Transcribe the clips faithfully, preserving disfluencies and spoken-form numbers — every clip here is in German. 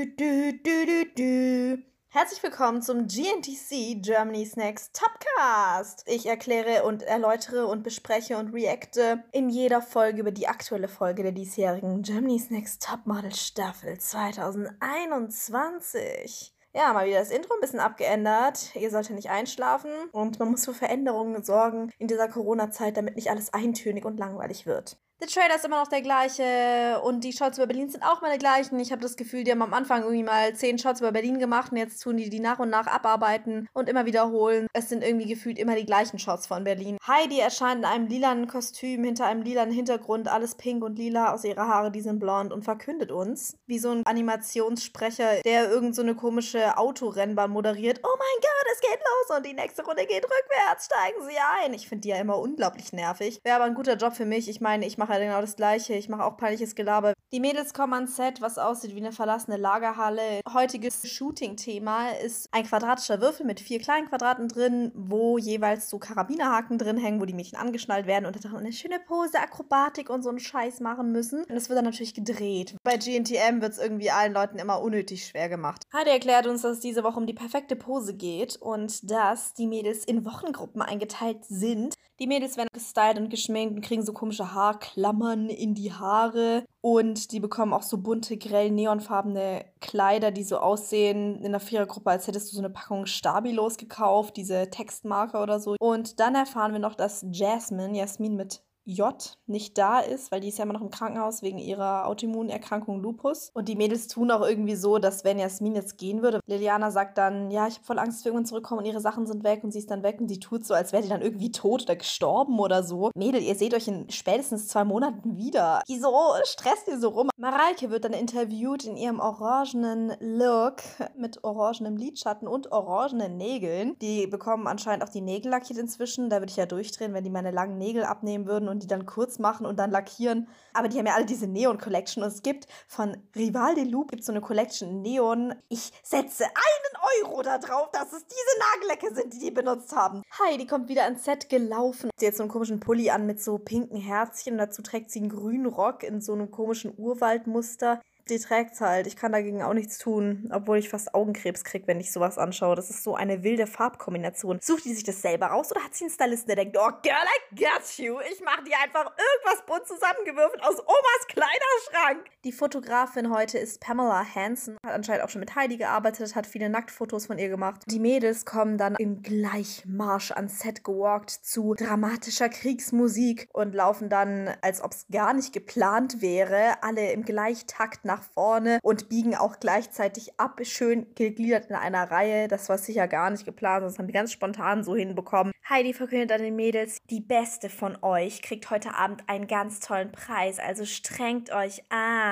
Du, du, du, du, du. Herzlich willkommen zum G N T C Germany's Next Topcast. Ich erkläre und erläutere und bespreche und reacte in jeder Folge über die aktuelle Folge der diesjährigen Germany's Next Topmodel Staffel zwanzig einundzwanzig. Ja, mal wieder das Intro ein bisschen abgeändert. Ihr solltet nicht einschlafen und man muss für Veränderungen sorgen in dieser Corona-Zeit, damit nicht alles eintönig und langweilig wird. Der Trailer ist immer noch der gleiche und die Shots über Berlin sind auch meine gleichen. Ich habe das Gefühl, die haben am Anfang irgendwie mal zehn Shots über Berlin gemacht und jetzt tun die die nach und nach abarbeiten und immer wiederholen. Es sind irgendwie gefühlt immer die gleichen Shots von Berlin. Heidi erscheint in einem lilanen Kostüm hinter einem lilanen Hintergrund, alles pink und lila, aus ihre Haare, die sind blond, und verkündet uns, wie so ein Animationssprecher, der irgend so eine komische Autorennbahn moderiert. Oh mein Gott, es geht los und die nächste Runde geht rückwärts, steigen Sie ein. Ich finde die ja immer unglaublich nervig. Wäre aber ein guter Job für mich. Ich meine, ich mache genau das Gleiche. Ich mache auch peinliches Gelaber. Die Mädels kommen ans Set, was aussieht wie eine verlassene Lagerhalle. Heutiges Shooting-Thema ist ein quadratischer Würfel mit vier kleinen Quadraten drin, wo jeweils so Karabinerhaken drin hängen, wo die Mädchen angeschnallt werden und dann eine schöne Pose, Akrobatik und so einen Scheiß machen müssen. Und das wird dann natürlich gedreht. Bei G N T M wird es irgendwie allen Leuten immer unnötig schwer gemacht. Heidi erklärt uns, dass es diese Woche um die perfekte Pose geht und dass die Mädels in Wochengruppen eingeteilt sind. Die Mädels werden gestylt und geschminkt und kriegen so komische Haarklammern in die Haare. Und die bekommen auch so bunte, grell neonfarbene Kleider, die so aussehen in der Vierergruppe, als hättest du so eine Packung Stabilos gekauft, diese Textmarker oder so. Und dann erfahren wir noch, dass Jasmine, Jasmin mit J, nicht da ist, weil die ist ja immer noch im Krankenhaus wegen ihrer Autoimmunerkrankung Lupus. Und die Mädels tun auch irgendwie so, dass wenn Jasmin jetzt gehen würde, Liliana sagt dann, ja, ich habe voll Angst, dass wir irgendwann zurückkommen und ihre Sachen sind weg und sie ist dann weg und sie tut so, als wäre die dann irgendwie tot oder gestorben oder so. Mädel, ihr seht euch in spätestens zwei Monaten wieder. Wieso stresst ihr so rum? Mareike wird dann interviewt in ihrem orangenen Look mit orangenem Lidschatten und orangenen Nägeln. Die bekommen anscheinend auch die Nägel lackiert inzwischen. Da würde ich ja durchdrehen, wenn die meine langen Nägel abnehmen würden und die dann kurz machen und dann lackieren. Aber die haben ja alle diese Neon-Collection und es gibt von Rival de Loup gibt so eine Collection in Neon. Ich setze einen Euro da drauf, dass es diese Nagellecke sind, die die benutzt haben. Heidi kommt wieder ans Set gelaufen. Sie hat so einen komischen Pulli an mit so pinken Herzchen und dazu trägt sie einen grünen Rock in so einem komischen Urwaldmuster. Die trägt's halt. Ich kann dagegen auch nichts tun, obwohl ich fast Augenkrebs kriege, wenn ich sowas anschaue. Das ist so eine wilde Farbkombination. Sucht die sich das selber raus oder hat sie einen Stylisten, der denkt, oh, girl, I got you. Ich mache dir einfach irgendwas bunt zusammengewürfelt aus Omas Kleiderschrank. Die Fotografin heute ist Pamela Hansen. Hat anscheinend auch schon mit Heidi gearbeitet, hat viele Nacktfotos von ihr gemacht. Die Mädels kommen dann im Gleichmarsch ans Set gewalkt zu dramatischer Kriegsmusik und laufen dann, als ob es gar nicht geplant wäre, alle im Gleichtakt nach vorne und biegen auch gleichzeitig ab, schön gegliedert in einer Reihe. Das war sicher gar nicht geplant, das haben die ganz spontan so hinbekommen. Heidi verkündet an den Mädels, die Beste von euch kriegt heute Abend einen ganz tollen Preis, also strengt euch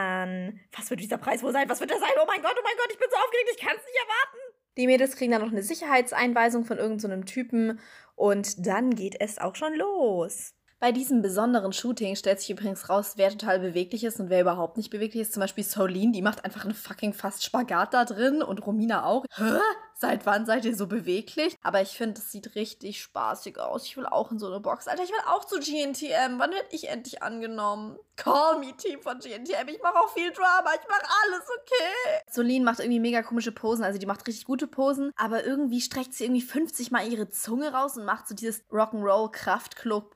an. Was wird dieser Preis wohl sein? Was wird der sein? Oh mein Gott, oh mein Gott, ich bin so aufgeregt, ich kann es nicht erwarten. Die Mädels kriegen dann noch eine Sicherheitseinweisung von irgendeinem so Typen und dann geht es auch schon los. Bei diesem besonderen Shooting stellt sich übrigens raus, wer total beweglich ist und wer überhaupt nicht beweglich ist. Zum Beispiel Soline, die macht einfach einen fucking fast Spagat da drin und Romina auch. Hä? Seit wann seid ihr so beweglich? Aber ich finde, es sieht richtig spaßig aus. Ich will auch in so eine Box. Alter, ich will auch zu G N T M. Wann werde ich endlich angenommen? Call me, Team von G N T M. Ich mache auch viel Drama. Ich mache alles, okay? Soline macht irgendwie mega komische Posen. Also die macht richtig gute Posen. Aber irgendwie streckt sie irgendwie fünfzig Mal ihre Zunge raus und macht so dieses Rock'n'Roll Kraftclub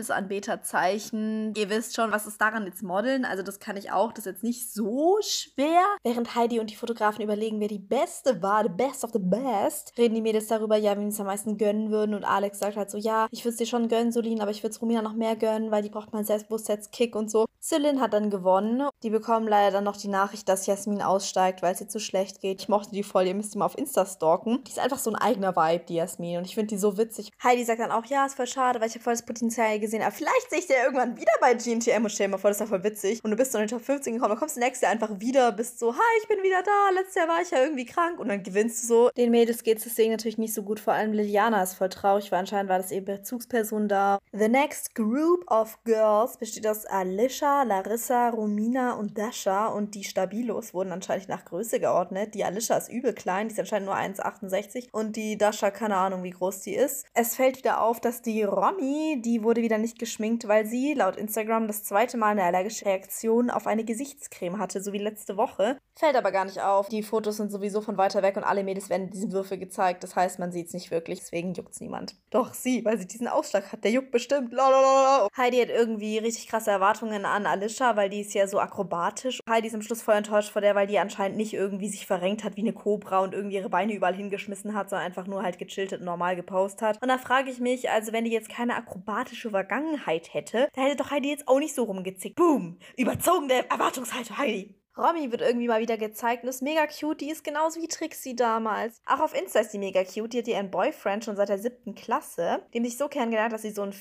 Teufelsanbeterzeichen. Ihr wisst schon, was ist daran jetzt Modeln? Also das kann ich auch. Das ist jetzt nicht so schwer. Während Heidi und die Fotografen überlegen, wer die Beste war, the best of the best, reden die Mädels darüber, ja, wem es am meisten gönnen würden. Und Alex sagt halt so, ja, ich würde es dir schon gönnen, Soline, aber ich würde es Romina noch mehr gönnen, weil die braucht mal einen Selbstbewusstseinskick und so. Celine hat dann gewonnen. Die bekommen leider dann noch die Nachricht, dass Jasmin aussteigt, weil es ihr zu schlecht geht. Ich mochte die voll, ihr müsst die mal auf Insta stalken. Die ist einfach so ein eigener Vibe, die Jasmin. Und ich finde die so witzig. Heidi sagt dann auch, ja, ist voll schade, weil ich habe voll das Potenzial gesehen. Aber vielleicht sehe ich dir ja irgendwann wieder bei G N T M und stell dir mal vor, das ist ja voll witzig. Und du bist so in den Top fünfzehn gekommen, dann kommst du nächstes Jahr einfach wieder, bist so, hi, ich bin wieder da. Letztes Jahr war ich ja irgendwie krank. Und dann gewinnst du so Den Mädels geht es deswegen natürlich nicht so gut, vor allem Liliana ist voll traurig, weil anscheinend war das eben Bezugsperson da. The next group of girls besteht aus Alicia, Larissa, Romina und Dasha und die Stabilos wurden anscheinend nach Größe geordnet. Die Alicia ist übel klein, die ist anscheinend nur eins Komma achtundsechzig und die Dasha, keine Ahnung, wie groß die ist. Es fällt wieder auf, dass die Romy, die wurde wieder nicht geschminkt, weil sie laut Instagram das zweite Mal eine allergische Reaktion auf eine Gesichtscreme hatte, so wie letzte Woche. Fällt aber gar nicht auf. Die Fotos sind sowieso von weiter weg und alle Mädels werden in diesen Würfel gezeigt. Das heißt, man sieht es nicht wirklich, deswegen juckt es niemand. Doch sie, weil sie diesen Ausschlag hat. Der juckt bestimmt. Lalalala. Heidi hat irgendwie richtig krasse Erwartungen an Alicia, weil die ist ja so akrobatisch. Heidi ist am Schluss voll enttäuscht vor der, weil die anscheinend nicht irgendwie sich verrenkt hat wie eine Kobra und irgendwie ihre Beine überall hingeschmissen hat, sondern einfach nur halt gechillt und normal gepostet hat. Und da frage ich mich, also wenn die jetzt keine akrobatische Vergangenheit hätte, da hätte doch Heidi jetzt auch nicht so rumgezickt. Boom! Überzogene Erwartungshaltung, Heidi! Romy wird irgendwie mal wieder gezeigt und ist mega cute. Die ist genauso wie Trixie damals. Auch auf Insta ist die mega cute. Die hat ihren Boyfriend schon seit der siebten Klasse. Die haben sich so kennengelernt, dass sie so ein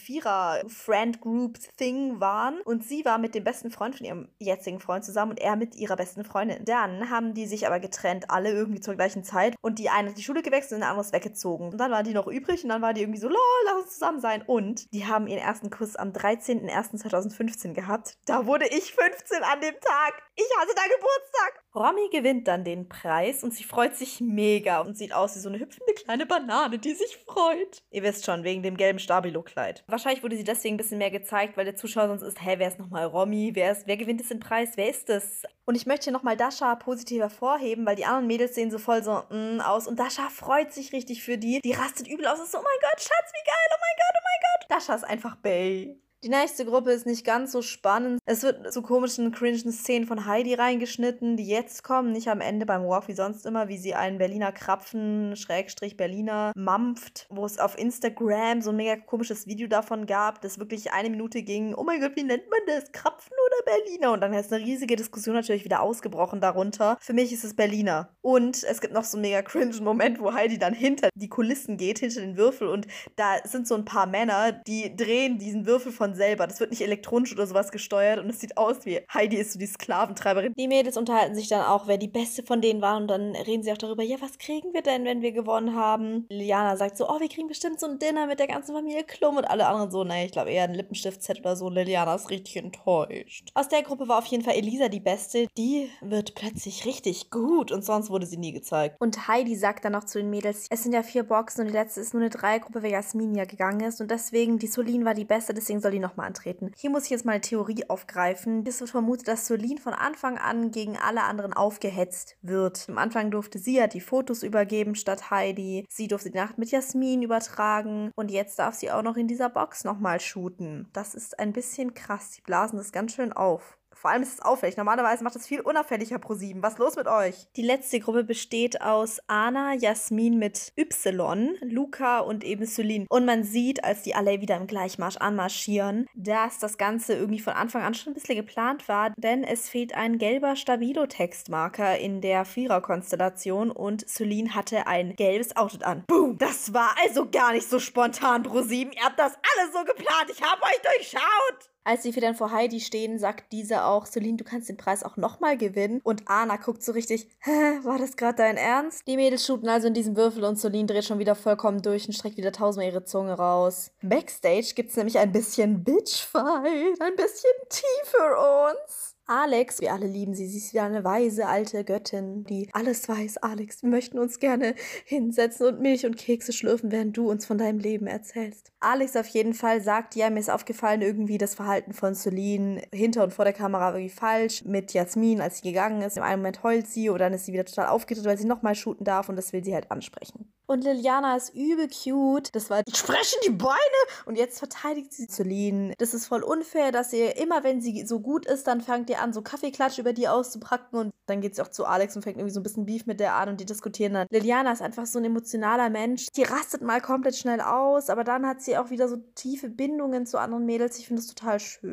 Vierer-Friend-Group-Thing waren. Und sie war mit dem besten Freund von ihrem jetzigen Freund zusammen und er mit ihrer besten Freundin. Dann haben die sich aber getrennt, alle irgendwie zur gleichen Zeit. Und die eine hat die Schule gewechselt und der andere ist weggezogen. Und dann waren die noch übrig und dann war die irgendwie so, lol, lass uns zusammen sein. Und die haben ihren ersten Kuss am dreizehnten ersten zweitausendfünfzehn gehabt. Da wurde ich fünfzehn an dem Tag. Ich hatte da Geburtstag. Romy gewinnt dann den Preis und sie freut sich mega und sieht aus wie so eine hüpfende kleine Banane, die sich freut. Ihr wisst schon, wegen dem gelben Stabilo-Kleid. Wahrscheinlich wurde sie deswegen ein bisschen mehr gezeigt, weil der Zuschauer sonst ist, hä, wer ist nochmal Romy? Wer, ist, wer gewinnt jetzt den Preis? Wer ist das? Und ich möchte hier nochmal Dasha positiv hervorheben, weil die anderen Mädels sehen so voll so mm, aus und Dasha freut sich richtig für die. Die rastet übel aus und ist so, oh mein Gott, Schatz, wie geil, oh mein Gott, oh mein Gott. Dasha ist einfach Bae. Die nächste Gruppe ist nicht ganz so spannend. Es wird zu komischen, cringen Szenen von Heidi reingeschnitten, die jetzt kommen, nicht am Ende beim Walk wie sonst immer, wie sie einen Berliner Krapfen, Schrägstrich Berliner, mampft, wo es auf Instagram so ein mega komisches Video davon gab, das wirklich eine Minute ging, oh mein Gott, wie nennt man das? Krapfen oder Berliner? Und dann ist eine riesige Diskussion natürlich wieder ausgebrochen darunter. Für mich ist es Berliner. Und es gibt noch so einen mega cringe Moment, wo Heidi dann hinter die Kulissen geht, hinter den Würfel und da sind so ein paar Männer, die drehen diesen Würfel von selber. Das wird nicht elektronisch oder sowas gesteuert und es sieht aus wie Heidi ist so die Sklaventreiberin. Die Mädels unterhalten sich dann auch, wer die Beste von denen war und dann reden sie auch darüber, ja, was kriegen wir denn, wenn wir gewonnen haben? Liliana sagt so, oh, wir kriegen bestimmt so ein Dinner mit der ganzen Familie Klum und alle anderen so, naja, ich glaube eher ein Lippenstift-Set oder so. Liliana ist richtig enttäuscht. Aus der Gruppe war auf jeden Fall Elisa die Beste. Die wird plötzlich richtig gut und sonst wurde sie nie gezeigt. Und Heidi sagt dann noch zu den Mädels, es sind ja vier Boxen und die letzte ist nur eine Dreiergruppe, weil Jasmin ja gegangen ist und deswegen, die Solin war die Beste, deswegen soll die nochmal antreten. Hier muss ich jetzt mal eine Theorie aufgreifen. Es wird vermutet, dass Solin von Anfang an gegen alle anderen aufgehetzt wird. Am Anfang durfte sie ja die Fotos übergeben statt Heidi. Sie durfte die Nacht mit Jasmin übertragen und jetzt darf sie auch noch in dieser Box nochmal shooten. Das ist ein bisschen krass. Die blasen das ganz schön auf. Vor allem ist es auffällig. Normalerweise macht es viel unauffälliger ProSieben. Was ist los mit euch? Die letzte Gruppe besteht aus Anna, Jasmin mit Y, Luca und eben Solin. Und man sieht, als die alle wieder im Gleichmarsch anmarschieren, dass das Ganze irgendwie von Anfang an schon ein bisschen geplant war, denn es fehlt ein gelber Stabilo-Textmarker in der Vierer-Konstellation und Solin hatte ein gelbes Outfit an. Boom! Das war also gar nicht so spontan, ProSieben. Ihr habt das alles so geplant. Ich hab euch durchschaut! Als sie dann vor Heidi stehen, sagt diese auch, Solin, du kannst den Preis auch nochmal gewinnen. Und Anna guckt so richtig, hä, war das gerade dein Ernst? Die Mädels shooten also in diesem Würfel und Solin dreht schon wieder vollkommen durch und streckt wieder tausendmal ihre Zunge raus. Backstage gibt's nämlich ein bisschen Bitchfight, ein bisschen Tea für uns. Alex, wir alle lieben sie, sie ist wieder eine weise alte Göttin, die alles weiß. Alex, wir möchten uns gerne hinsetzen und Milch und Kekse schlürfen, während du uns von deinem Leben erzählst. Alex auf jeden Fall sagt, ja, mir ist aufgefallen, irgendwie das Verhalten von Solin hinter und vor der Kamera irgendwie falsch. Mit Jasmin, als sie gegangen ist, im einen Moment heult sie und dann ist sie wieder total aufgedreht, weil sie nochmal shooten darf und das will sie halt ansprechen. Und Liliana ist übel cute. Das war, ich spreche die Beine. Und jetzt verteidigt sie Solin. Das ist voll unfair, dass ihr immer, wenn sie so gut ist, dann fängt ihr an, so Kaffeeklatsch über die auszupacken. Und dann geht sie auch zu Alex und fängt irgendwie so ein bisschen Beef mit der an und die diskutieren dann. Liliana ist einfach so ein emotionaler Mensch. Die rastet mal komplett schnell aus, aber dann hat sie auch wieder so tiefe Bindungen zu anderen Mädels. Ich finde das total schön.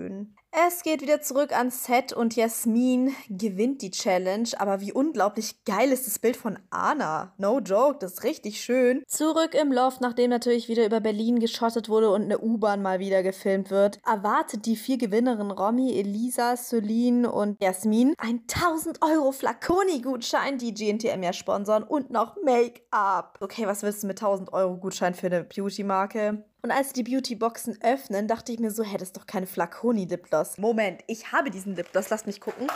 Es geht wieder zurück ans Set und Jasmin gewinnt die Challenge. Aber wie unglaublich geil ist das Bild von Anna. No joke, das ist richtig schön. Zurück im Loft, nachdem natürlich wieder über Berlin geschottet wurde und eine U-Bahn mal wieder gefilmt wird, erwartet die vier Gewinnerinnen Romy, Elisa, Celine und Jasmin ein tausend Euro Flaconi-Gutschein, die G N T M ja sponsern, und noch Make-up. Okay, was willst du mit tausend Euro Gutschein für eine Beauty-Marke? Und als die Beauty-Boxen öffnen, dachte ich mir so, hä, das ist doch keine Flaconi-Lipgloss. Moment, ich habe diesen Lipgloss, lasst mich gucken.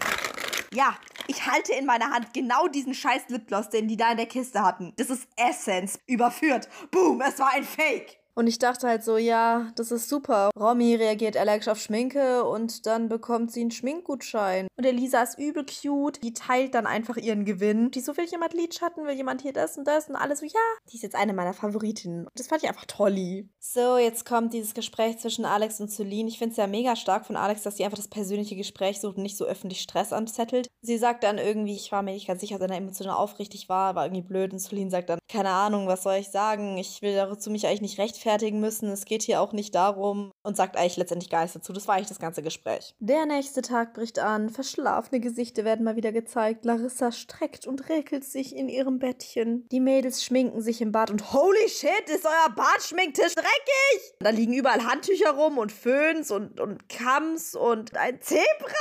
Ja, ich halte in meiner Hand genau diesen scheiß Lipgloss, den die da in der Kiste hatten. Das ist Essence, überführt. Boom, es war ein Fake. Und ich dachte halt so, ja, das ist super. Romy reagiert allergisch auf Schminke und dann bekommt sie einen Schminkgutschein. Und Elisa ist übel cute. Die teilt dann einfach ihren Gewinn. Die so, will jemand Lidschatten, will jemand hier das und das und alles so, ja. Die ist jetzt eine meiner Favoritinnen. Das fand ich einfach tolli. So, jetzt kommt dieses Gespräch zwischen Alex und Celine. Ich finde es ja mega stark von Alex, dass sie einfach das persönliche Gespräch sucht und nicht so öffentlich Stress anzettelt. Sie sagt dann irgendwie, ich war mir nicht ganz sicher, dass er emotional aufrichtig war, war irgendwie blöd. Und Celine sagt dann, keine Ahnung, was soll ich sagen? Ich will dazu mich eigentlich nicht rechtfertigen müssen. Es geht hier auch nicht darum, und sagt eigentlich letztendlich gar nichts dazu. Das war eigentlich das ganze Gespräch. Der nächste Tag bricht an. Verschlafene Gesichter werden mal wieder gezeigt. Larissa streckt und räkelt sich in ihrem Bettchen. Die Mädels schminken sich im Bad und holy shit, ist euer Badschminktisch dreckig! Da liegen überall Handtücher rum und Föhns und, und Kams und ein Zebratäschchen.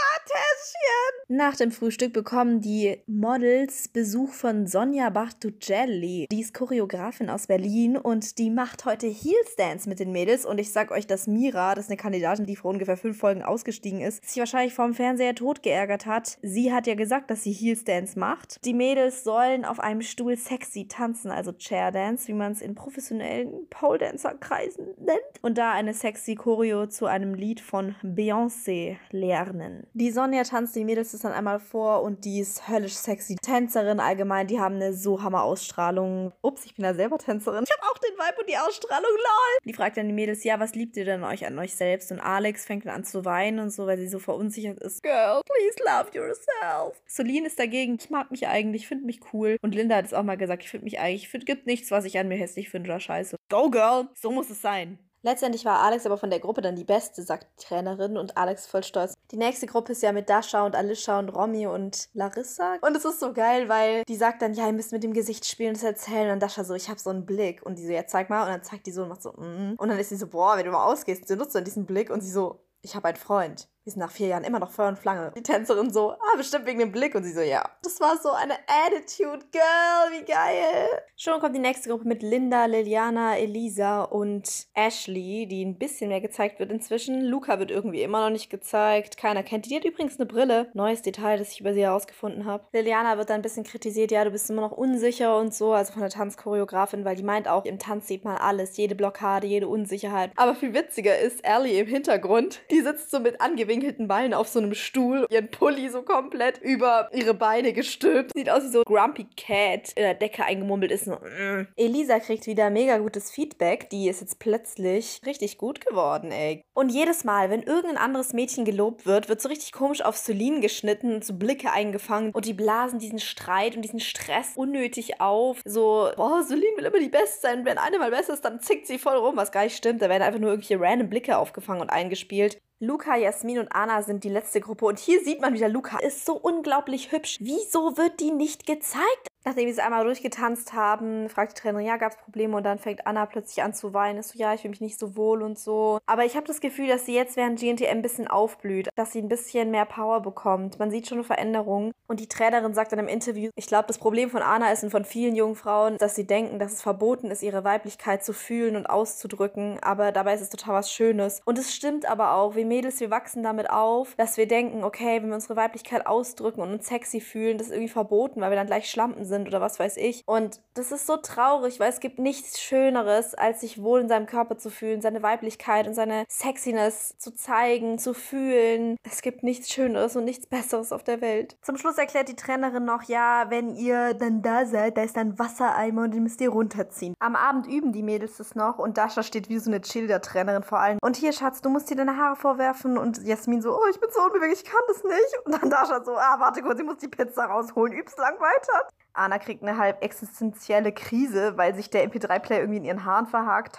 Nach dem Frühstück bekommen die Models Besuch von Sonja Bartugelli. Die ist Choreografin aus Berlin und die macht heute Heels Dance mit den Mädels. Und ich sag euch, dass Mira, das ist eine Kandidatin, die vor ungefähr fünf Folgen ausgestiegen ist, sich wahrscheinlich vorm Fernseher tot geärgert hat. Sie hat ja gesagt, dass sie Heels Dance macht. Die Mädels sollen auf einem Stuhl sexy tanzen, also Chair Dance, wie man es in professionellen Pole Dancer Kreisen nennt. Und da eine sexy Choreo zu einem Lied von Beyoncé lernen. Die Sonja tanzt die Mädels das dann einmal vor und die ist höllisch sexy. Tänzerin allgemein, die haben eine so Hammer Ausstrahlung. Ups, ich bin ja selber Tänzerin. Ich habe auch den Vibe und die Ausstrahlung, lol. Die fragt dann die Mädels, ja, was liebt ihr denn euch an euch selbst? Und Alex fängt dann an zu weinen und so, weil sie so verunsichert ist. Girl, please love yourself. Celine ist dagegen, ich mag mich eigentlich, finde mich cool. Und Linda hat es auch mal gesagt, ich finde mich eigentlich, ich find, gibt nichts, was ich an mir hässlich finde oder scheiße. Go, girl, so muss es sein. Letztendlich war Alex aber von der Gruppe dann die Beste, sagt die Trainerin, und Alex voll stolz. Die nächste Gruppe ist ja mit Dasha und Alicia und Romy und Larissa. Und es ist so geil, weil die sagt dann, ja, ihr müsst mit dem Gesicht spielen und das erzählen. Und dann Dasha so, ich habe so einen Blick. Und die so, ja, zeig mal. Und dann zeigt die so und macht so, mm. Und dann ist sie so, boah, wenn du mal ausgehst, du nutzt dann diesen Blick. Und sie so, ich habe einen Freund. Wir sind nach vier Jahren immer noch Feuer und Flamme. Die Tänzerin so, ah, bestimmt wegen dem Blick. Und sie so, ja. Das war so eine Attitude, Girl, wie geil. Schon kommt die nächste Gruppe mit Linda, Liliana, Elisa und Ashley, die ein bisschen mehr gezeigt wird inzwischen. Luca wird irgendwie immer noch nicht gezeigt. Keiner kennt die. Die hat übrigens eine Brille. Neues Detail, das ich über sie herausgefunden habe. Liliana wird dann ein bisschen kritisiert. Ja, du bist immer noch unsicher und so. Also von der Tanzchoreografin, weil die meint auch, im Tanz sieht man alles. Jede Blockade, jede Unsicherheit. Aber viel witziger ist Ellie im Hintergrund. Die sitzt so mit angewinkelten Beinen auf so einem Stuhl, ihren Pulli so komplett über ihre Beine gestülpt. Sieht aus wie so Grumpy Cat in der Decke eingemummelt ist. So, mm. Elisa kriegt wieder mega gutes Feedback. Die ist jetzt plötzlich richtig gut geworden, ey. Und jedes Mal, wenn irgendein anderes Mädchen gelobt wird, wird so richtig komisch auf Celine geschnitten und so Blicke eingefangen und die blasen diesen Streit und diesen Stress unnötig auf. So, boah, Celine will immer die Beste sein. Wenn eine mal besser ist, dann zickt sie voll rum, was gar nicht stimmt. Da werden einfach nur irgendwelche random Blicke aufgefangen und eingespielt. Luca, Jasmin und Anna sind die letzte Gruppe und hier sieht man wieder, Luca ist so unglaublich hübsch. Wieso wird die nicht gezeigt? Nachdem wir sie einmal durchgetanzt haben, fragt die Trainerin, ja, gab es Probleme? Und dann fängt Anna plötzlich an zu weinen. Ist so, ja, ich fühle mich nicht so wohl und so. Aber ich habe das Gefühl, dass sie jetzt während G N T M ein bisschen aufblüht, dass sie ein bisschen mehr Power bekommt. Man sieht schon eine Veränderung. Und die Trainerin sagt dann im Interview, ich glaube, das Problem von Anna ist und von vielen jungen Frauen, dass sie denken, dass es verboten ist, ihre Weiblichkeit zu fühlen und auszudrücken. Aber dabei ist es total was Schönes. Und es stimmt aber auch, wir Mädels, wir wachsen damit auf, dass wir denken, okay, wenn wir unsere Weiblichkeit ausdrücken und uns sexy fühlen, das ist irgendwie verboten, weil wir dann gleich Schlampen sind oder was weiß ich. Und das ist so traurig, weil es gibt nichts Schöneres, als sich wohl in seinem Körper zu fühlen, seine Weiblichkeit und seine Sexiness zu zeigen, zu fühlen. Es gibt nichts Schöneres und nichts Besseres auf der Welt. Zum Schluss erklärt die Trainerin noch, ja, wenn ihr dann da seid, da ist ein Wassereimer und den müsst ihr runterziehen. Am Abend üben die Mädels das noch und Dasha steht wie so eine Cheerleader-Trainerin vor allem. Und hier, Schatz, du musst dir deine Haare vorwerfen und Jasmin so, oh, ich bin so unbeweglich, ich kann das nicht. Und dann Dasha so, ah, warte kurz, ich muss die Pizza rausholen, übst lang weiter. Anna kriegt eine halb existenzielle Krise, weil sich der M P drei Player irgendwie in ihren Haaren verhakt hat.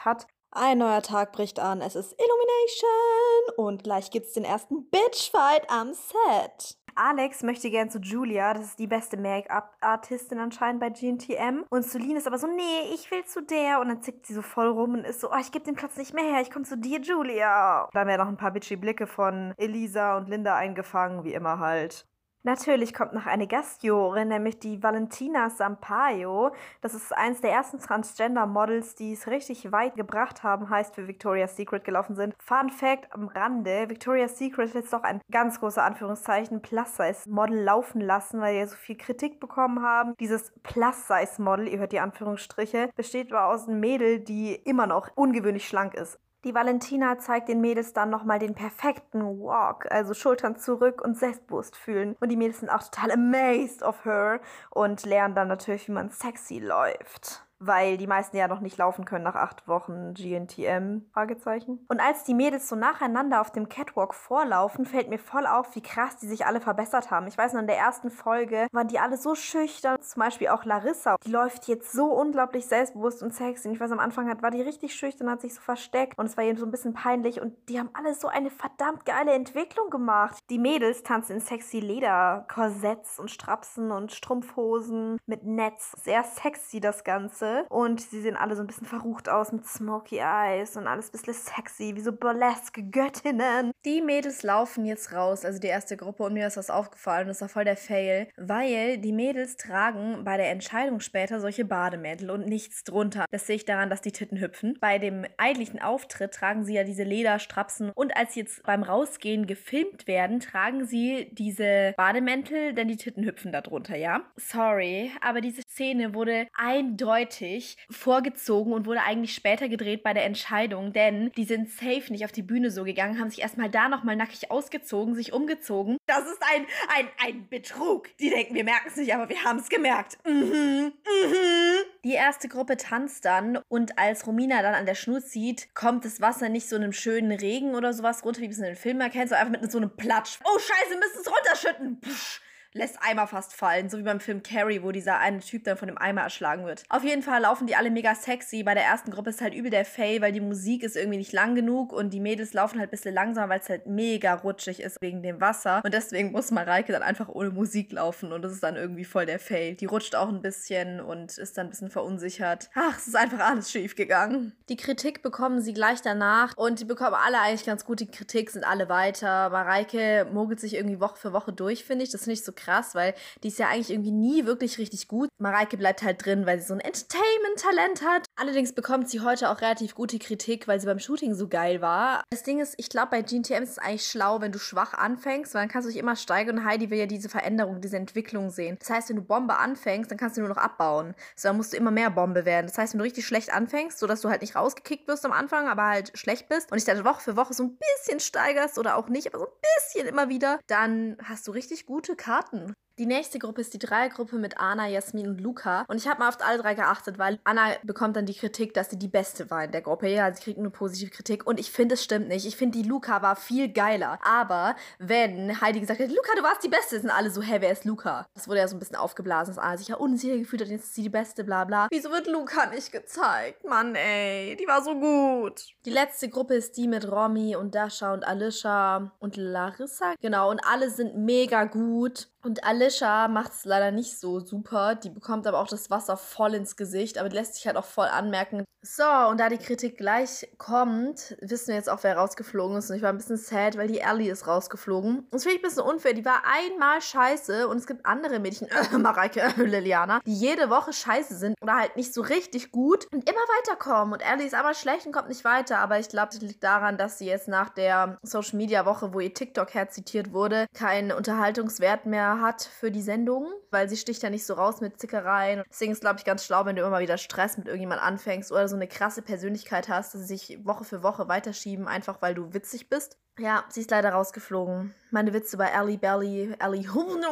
Ein neuer Tag bricht an, es ist Illumination und gleich gibt's den ersten Bitchfight am Set. Alex möchte gern zu Julia, das ist die beste Make-up-Artistin anscheinend bei G N T M. Und Celine ist aber so, nee, ich will zu der. Und dann zickt sie so voll rum und ist so, oh, ich gebe den Platz nicht mehr her, ich komme zu dir, Julia. Dann werden noch ein paar bitchy Blicke von Elisa und Linda eingefangen, wie immer halt. Natürlich kommt noch eine Gastjurorin, nämlich die Valentina Sampaio. Das ist eins der ersten Transgender-Models, die es richtig weit gebracht haben, heißt für Victoria's Secret gelaufen sind. Fun Fact am Rande, Victoria's Secret hat jetzt doch ein ganz großer Anführungszeichen Plus-Size-Model laufen lassen, weil die ja so viel Kritik bekommen haben. Dieses Plus-Size-Model, ihr hört die Anführungsstriche, besteht aber aus einem Mädel, die immer noch ungewöhnlich schlank ist. Die Valentina zeigt den Mädels dann nochmal den perfekten Walk, also Schultern zurück und selbstbewusst fühlen. Und die Mädels sind auch total amazed of her und lernen dann natürlich, wie man sexy läuft. Weil die meisten ja noch nicht laufen können nach acht Wochen G N T M, Fragezeichen. Und als die Mädels so nacheinander auf dem Catwalk vorlaufen, fällt mir voll auf, wie krass die sich alle verbessert haben. Ich weiß noch, in der ersten Folge waren die alle so schüchtern. Zum Beispiel auch Larissa. Die läuft jetzt so unglaublich selbstbewusst und sexy. Und ich weiß, am Anfang hat, war die richtig schüchtern, hat sich so versteckt. Und es war eben so ein bisschen peinlich. Und die haben alle so eine verdammt geile Entwicklung gemacht. Die Mädels tanzen in sexy Lederkorsetts und Strapsen und Strumpfhosen mit Netz. Sehr sexy das Ganze. Und sie sehen alle so ein bisschen verrucht aus mit Smoky Eyes und alles ein bisschen sexy, wie so burlesque Göttinnen. Die Mädels laufen jetzt raus, also die erste Gruppe, und mir ist was aufgefallen, das war voll der Fail, weil die Mädels tragen bei der Entscheidung später solche Bademäntel und nichts drunter. Das sehe ich daran, dass die Titten hüpfen. Bei dem eigentlichen Auftritt tragen sie ja diese Lederstrapsen und als sie jetzt beim Rausgehen gefilmt werden, tragen sie diese Bademäntel, denn die Titten hüpfen da drunter, ja? Sorry, aber diese Szene wurde eindeutig vorgezogen und wurde eigentlich später gedreht bei der Entscheidung, denn die sind safe nicht auf die Bühne so gegangen, haben sich erstmal da nochmal nackig ausgezogen, sich umgezogen. Das ist ein, ein, ein Betrug. Die denken, wir merken es nicht, aber wir haben es gemerkt. Mhm, mhm. Die erste Gruppe tanzt dann und als Romina dann an der Schnur zieht, kommt das Wasser nicht so in einem schönen Regen oder sowas runter, wie man es in den Filmen erkennt, sondern einfach mit so einem Platsch. Oh Scheiße, wir müssen es runterschütten. Psch. Lässt Eimer fast fallen, so wie beim Film Carrie, wo dieser eine Typ dann von dem Eimer erschlagen wird. Auf jeden Fall laufen die alle mega sexy. Bei der ersten Gruppe ist halt übel der Fail, weil die Musik ist irgendwie nicht lang genug und die Mädels laufen halt ein bisschen langsamer, weil es halt mega rutschig ist wegen dem Wasser. Und deswegen muss Mareike dann einfach ohne Musik laufen und das ist dann irgendwie voll der Fail. Die rutscht auch ein bisschen und ist dann ein bisschen verunsichert. Ach, es ist einfach alles schief gegangen. Die Kritik bekommen sie gleich danach und die bekommen alle eigentlich ganz gut. Die Kritik sind alle weiter. Mareike mogelt sich irgendwie Woche für Woche durch, finde ich. Das finde ich so krass, weil die ist ja eigentlich irgendwie nie wirklich richtig gut. Mareike bleibt halt drin, weil sie so ein Entertainment-Talent hat. Allerdings bekommt sie heute auch relativ gute Kritik, weil sie beim Shooting so geil war. Das Ding ist, ich glaube, bei G N T M ist es eigentlich schlau, wenn du schwach anfängst, weil dann kannst du dich immer steigern und Heidi will ja diese Veränderung, diese Entwicklung sehen. Das heißt, wenn du Bombe anfängst, dann kannst du nur noch abbauen. So, dann musst du immer mehr Bombe werden. Das heißt, wenn du richtig schlecht anfängst, sodass du halt nicht rausgekickt wirst am Anfang, aber halt schlecht bist und dich dann Woche für Woche so ein bisschen steigerst oder auch nicht, aber so ein bisschen immer wieder, dann hast du richtig gute Karten. Die nächste Gruppe ist die Dreiergruppe mit Anna, Jasmin und Luca. Und ich habe mal auf alle drei geachtet, weil Anna bekommt dann die Kritik, dass sie die Beste war in der Gruppe. Ja, sie kriegt nur positive Kritik. Und ich finde, es stimmt nicht. Ich finde, die Luca war viel geiler. Aber wenn Heidi gesagt hat, Luca, du warst die Beste, sind alle so, hä, wer ist Luca? Das wurde ja so ein bisschen aufgeblasen, dass Anna sich ja unsicher gefühlt hat, jetzt ist sie die Beste, bla bla. Wieso wird Luca nicht gezeigt? Mann, ey, die war so gut. Die letzte Gruppe ist die mit Romy und Dasha und Alicia und Larissa. Genau, und alle sind mega gut. Und Alicia macht es leider nicht so super. Die bekommt aber auch das Wasser voll ins Gesicht, aber die lässt sich halt auch voll anmerken. So, und da die Kritik gleich kommt, wissen wir jetzt auch, wer rausgeflogen ist. Und ich war ein bisschen sad, weil die Ellie ist rausgeflogen. Und das finde ich ein bisschen unfair. Die war einmal scheiße und es gibt andere Mädchen, äh, Mareike, äh, Liliana, die jede Woche scheiße sind oder halt nicht so richtig gut und immer weiterkommen. Und Ellie ist aber schlecht und kommt nicht weiter. Aber ich glaube, das liegt daran, dass sie jetzt nach der Social-Media-Woche, wo ihr TikTok herzitiert wurde, keinen Unterhaltungswert mehr hat für die Sendung, weil sie sticht ja nicht so raus mit Zickereien. Deswegen ist, glaube ich, ganz schlau, wenn du immer mal wieder Stress mit irgendjemand anfängst oder so eine krasse Persönlichkeit hast, dass sie sich Woche für Woche weiterschieben, einfach weil du witzig bist. Ja, sie ist leider rausgeflogen. Meine Witze bei Ellie Belly, Ellie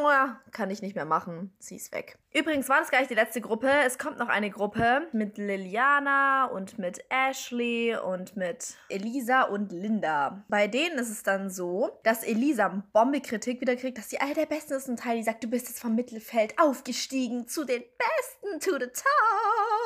kann ich nicht mehr machen. Sie ist weg. Übrigens war das gar nicht die letzte Gruppe. Es kommt noch eine Gruppe mit Liliana und mit Ashley und mit Elisa und Linda. Bei denen ist es dann so, dass Elisa Bombe-Kritik wieder kriegt, dass sie eine der Besten ist und Heidi sagt, du bist jetzt vom Mittelfeld aufgestiegen zu den Besten, to the top.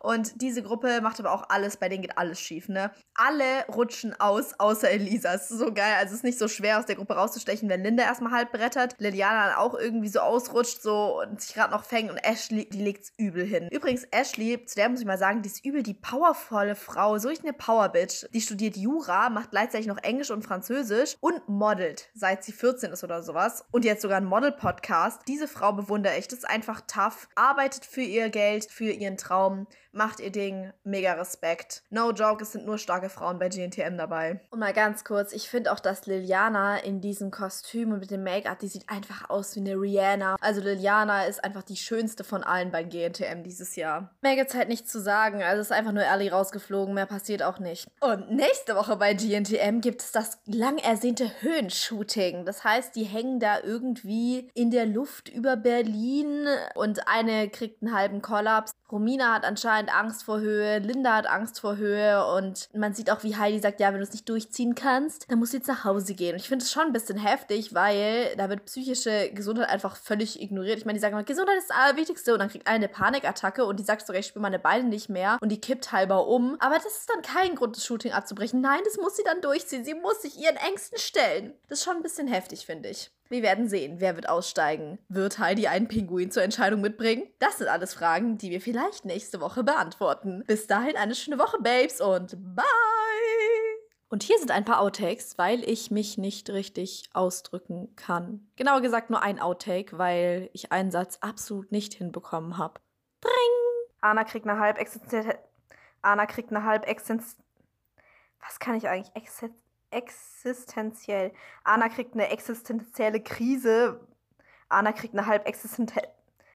Und diese Gruppe macht aber auch alles, bei denen geht alles schief, ne? Alle rutschen aus, außer Elisa. Es ist so geil, also es ist nicht so schwer, aus der Gruppe rauszustechen, wenn Linda erstmal halb brettert, Liliana dann auch irgendwie so ausrutscht so und sich gerade noch fängt und Ashley, die legt's übel hin. Übrigens, Ashley, zu der muss ich mal sagen, die ist übel die powervolle Frau, so richtig eine Powerbitch. Die studiert Jura, macht gleichzeitig noch Englisch und Französisch und modelt, seit sie vierzehn ist oder sowas. Und jetzt sogar ein Model-Podcast. Diese Frau bewundere ich, das ist einfach tough, arbeitet für ihr Geld, für ihren Traum, macht ihr Ding, mega Respekt. No joke, es sind nur starke Frauen bei G N T M dabei. Und mal ganz kurz, ich finde auch, dass Liliana in diesem Kostüm und mit dem Make-up, die sieht einfach aus wie eine Rihanna. Also Liliana ist einfach die schönste von allen bei G N T M dieses Jahr. Mehr gibt's halt nichts zu sagen, also ist einfach nur Ellie rausgeflogen, mehr passiert auch nicht. Und nächste Woche bei G N T M gibt es das lang ersehnte Höhenshooting. Das heißt, die hängen da irgendwie in der Luft über Berlin und eine kriegt einen halben Kollaps. Romina hat anscheinend Angst vor Höhe, Linda hat Angst vor Höhe und man sieht auch, wie Heidi sagt, ja, wenn du es nicht durchziehen kannst, dann musst du jetzt nach Hause gehen. Und ich finde es schon ein bisschen heftig, weil da wird psychische Gesundheit einfach völlig ignoriert. Ich meine, die sagen immer, Gesundheit ist das Allerwichtigste und dann kriegt eine eine Panikattacke und die sagt sogar, ich spüre meine Beine nicht mehr und die kippt halber um. Aber das ist dann kein Grund, das Shooting abzubrechen. Nein, das muss sie dann durchziehen. Sie muss sich ihren Ängsten stellen. Das ist schon ein bisschen heftig, finde ich. Wir werden sehen, wer wird aussteigen. Wird Heidi einen Pinguin zur Entscheidung mitbringen? Das sind alles Fragen, die wir vielleicht nächste Woche beantworten. Bis dahin eine schöne Woche, Babes, und bye! Und hier sind ein paar Outtakes, weil ich mich nicht richtig ausdrücken kann. Genauer gesagt nur ein Outtake, weil ich einen Satz absolut nicht hinbekommen habe. Dring! Anna kriegt eine halb existenzielle... Anna kriegt eine halb existenzielle... Was kann ich eigentlich? Existen existenziell. Anna kriegt eine existenzielle Krise. Anna kriegt eine halb existenzielle...